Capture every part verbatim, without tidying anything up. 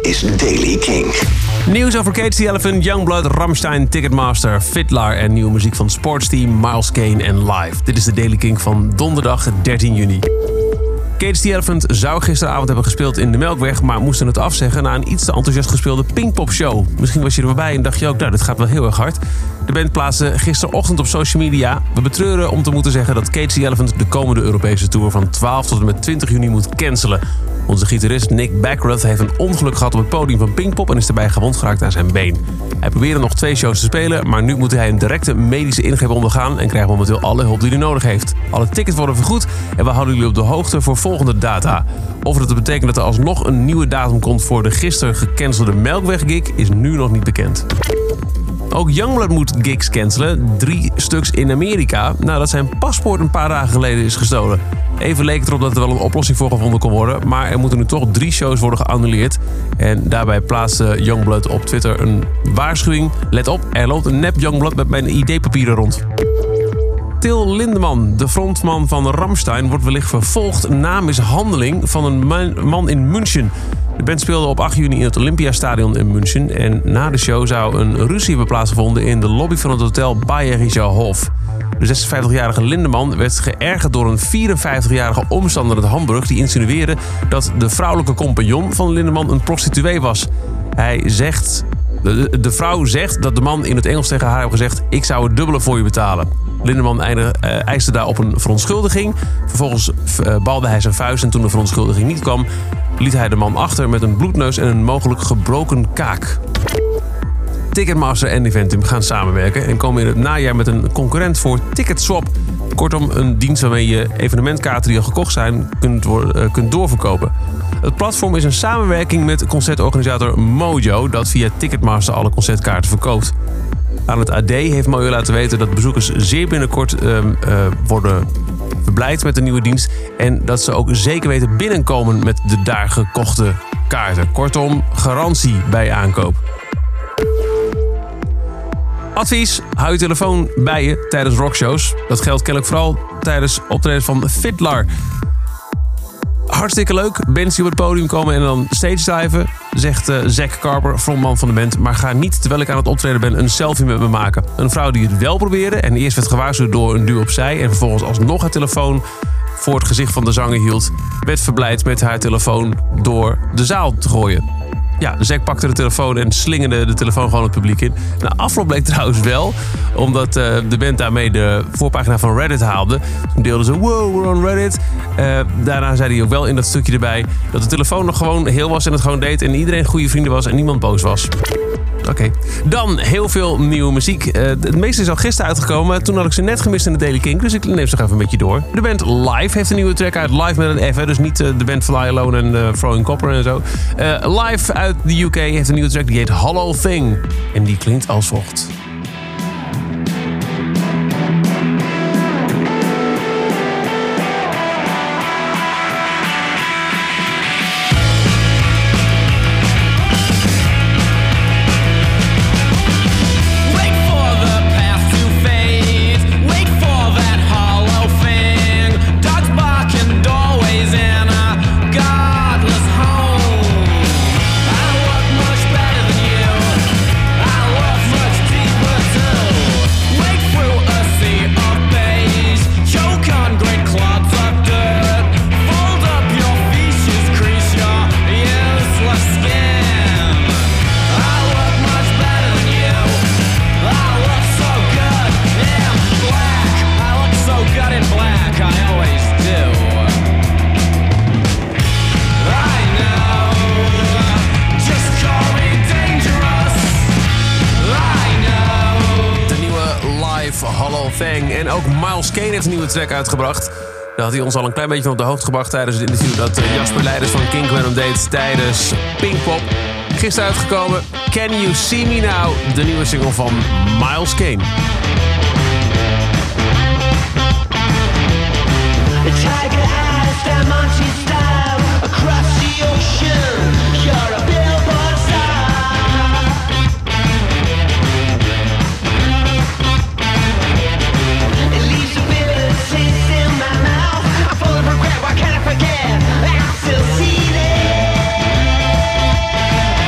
is Daily King. Nieuws over Cage the Elephant, Youngblood, Rammstein, Ticketmaster, Fitlar en nieuwe muziek van Sportsteam, Miles Kane en Live. Dit is de Daily King van donderdag dertien juni. Cage the Elephant zou gisteravond hebben gespeeld in de Melkweg, maar moesten het afzeggen na een iets te enthousiast gespeelde Pinkpop show. Misschien was je er wel bij en dacht je ook, nou, dit gaat wel heel erg hard. De band plaatste gisterochtend op social media: we betreuren om te moeten zeggen dat Cage the Elephant de komende Europese tour van twaalf tot en met twintig juni moet cancelen. Onze gitarist Nick Backrath heeft een ongeluk gehad op het podium van Pinkpop en is daarbij gewond geraakt aan zijn been. Hij probeerde nog twee shows te spelen, maar nu moet hij een directe medische ingreep ondergaan en krijgt momenteel alle hulp die hij nodig heeft. Alle tickets worden vergoed en we houden jullie op de hoogte voor volgende data. Of dat betekent dat er alsnog een nieuwe datum komt voor de gisteren gecancelde Melkweg-gig is nu nog niet bekend. Ook Youngblood moet gigs cancelen, drie stuks in Amerika, nadat zijn paspoort een paar dagen geleden is gestolen. Even leek het erop dat er wel een oplossing voor gevonden kon worden, maar er moeten nu toch drie shows worden geannuleerd. En daarbij plaatste Youngblood op Twitter een waarschuwing: let op, er loopt een nep Youngblood met mijn I D-papieren rond. Till Lindemann, de frontman van Rammstein, wordt wellicht vervolgd na mishandeling van een man in München. De band speelde op acht juni in het Olympiastadion in München en na de show zou een ruzie hebben plaatsgevonden in de lobby van het hotel Bayerischer Hof. De zesenvijftigjarige Lindemann werd geërgerd door een vierenvijftigjarige omstander uit Hamburg die insinueerde dat de vrouwelijke compagnon van Lindemann een prostituee was. Hij zegt, de, de vrouw zegt dat de man in het Engels tegen haar heeft gezegd: ik zou het dubbele voor je betalen. Lindemann eiste daarop een verontschuldiging. Vervolgens uh, balde hij zijn vuist en toen de verontschuldiging niet kwam, liet hij de man achter met een bloedneus en een mogelijk gebroken kaak. Ticketmaster en Eventim gaan samenwerken en komen in het najaar met een concurrent voor Ticketswap. Kortom, een dienst waarmee je evenementkaarten die al gekocht zijn kunt, uh, kunt doorverkopen. Het platform is een samenwerking met concertorganisator Mojo, dat via Ticketmaster alle concertkaarten verkoopt. Aan het A D heeft Mojo laten weten dat bezoekers zeer binnenkort uh, uh, worden verblijd met de nieuwe dienst en dat ze ook zeker weten binnenkomen met de daar gekochte kaarten. Kortom, garantie bij aankoop. Advies: hou je telefoon bij je tijdens rockshows. Dat geldt kennelijk vooral tijdens optredens van Fitlar. Hartstikke leuk, bands die op het podium komen en dan stage diven, zegt uh, Zack Carper, frontman van de band. Maar ga niet, terwijl ik aan het optreden ben, een selfie met me maken. Een vrouw die het wel probeerde en eerst werd gewaarschuwd door een duw opzij en vervolgens alsnog haar telefoon voor het gezicht van de zanger hield, werd verblijd met haar telefoon door de zaal te gooien. Ja, Zack pakte de telefoon en slingerde de telefoon gewoon het publiek in. Na afloop bleek trouwens wel, omdat uh, de band daarmee de voorpagina van Reddit haalde. Toen deelden ze: wow, we're on Reddit. Uh, daarna zei hij ook wel in dat stukje erbij dat de telefoon nog gewoon heel was en het gewoon deed. En iedereen goede vrienden was en niemand boos was. Oké. Okay. Dan heel veel nieuwe muziek. Uh, het meeste is al gisteren uitgekomen. Toen had ik ze net gemist in de Daily King, dus ik neem ze nog even een beetje door. De band Live heeft een nieuwe track uit. Live met een F, hè? Dus niet uh, de band Fly Alone en uh, Throwing Copper en zo. Uh, Live uit de U K heeft een nieuwe track, die heet Hollow Thing. En die klinkt als volgt. Hollow Thing. En ook Miles Kane heeft een nieuwe track uitgebracht. Daar had hij ons al een klein beetje van op de hoogte gebracht tijdens het interview dat Jasper Leiders van King Venom deed tijdens Pinkpop. Gisteren uitgekomen Can You See Me Now, de nieuwe single van Miles Kane. The tiger has that munchy style across the ocean. You're a billboard star. It leaves a bitter taste in my mouth. I'm full of regret, why can't I forget? I still see it.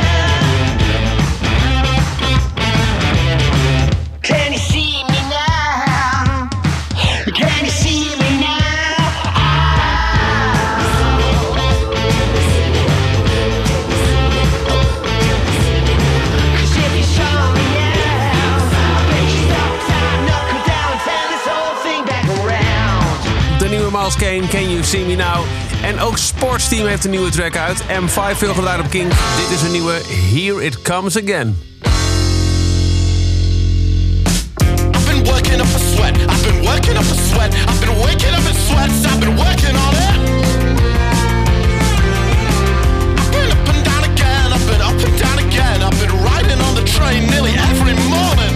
Miles Kane, Can You See Me Now? En ook Sportsteam heeft een nieuwe track uit. M vijf veel gedraaid op Kink. Dit is een nieuwe Here It Comes Again. I've been working up a sweat. I've been working up a sweat. I've been waking up in sweats. I've been working on it. I've been up and down again. I've been up and down again. I've been riding on the train nearly every morning.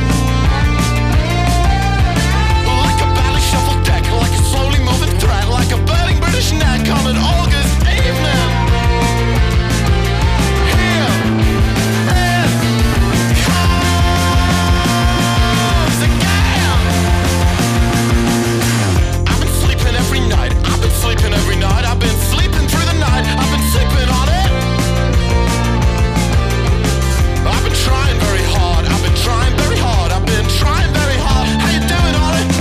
Like a badly shuffled deck, like a slowly moving thread, like a burning British neck on an August evening. Here it comes again. I've been sleeping every night. I've been sleeping every night. I've been sleeping through the night. I've been sleeping on it. I've been trying very hard. I've been trying very hard. I've been trying very hard. How you doing on it?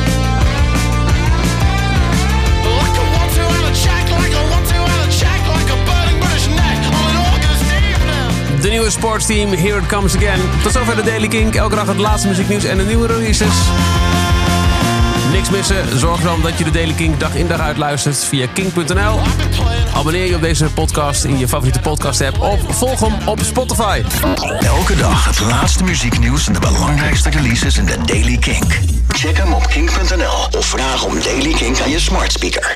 Like a one two and a check, like a one two and a check, like a burning British neck on an August evening. De nieuwe Sportsteam, Here It Comes Again. Tot zover de Daily Kink. Elke dag het laatste muzieknieuws en de nieuwe releases. Niks missen. Zorg dan dat je de Daily Kink dag in dag uit luistert via kink punt n l. Abonneer je op deze podcast in je favoriete podcast app of volg hem op Spotify. Elke dag het laatste muzieknieuws en de belangrijkste releases in de Daily Kink. Check hem op kink punt n l of vraag om Daily Kink aan je smart speaker.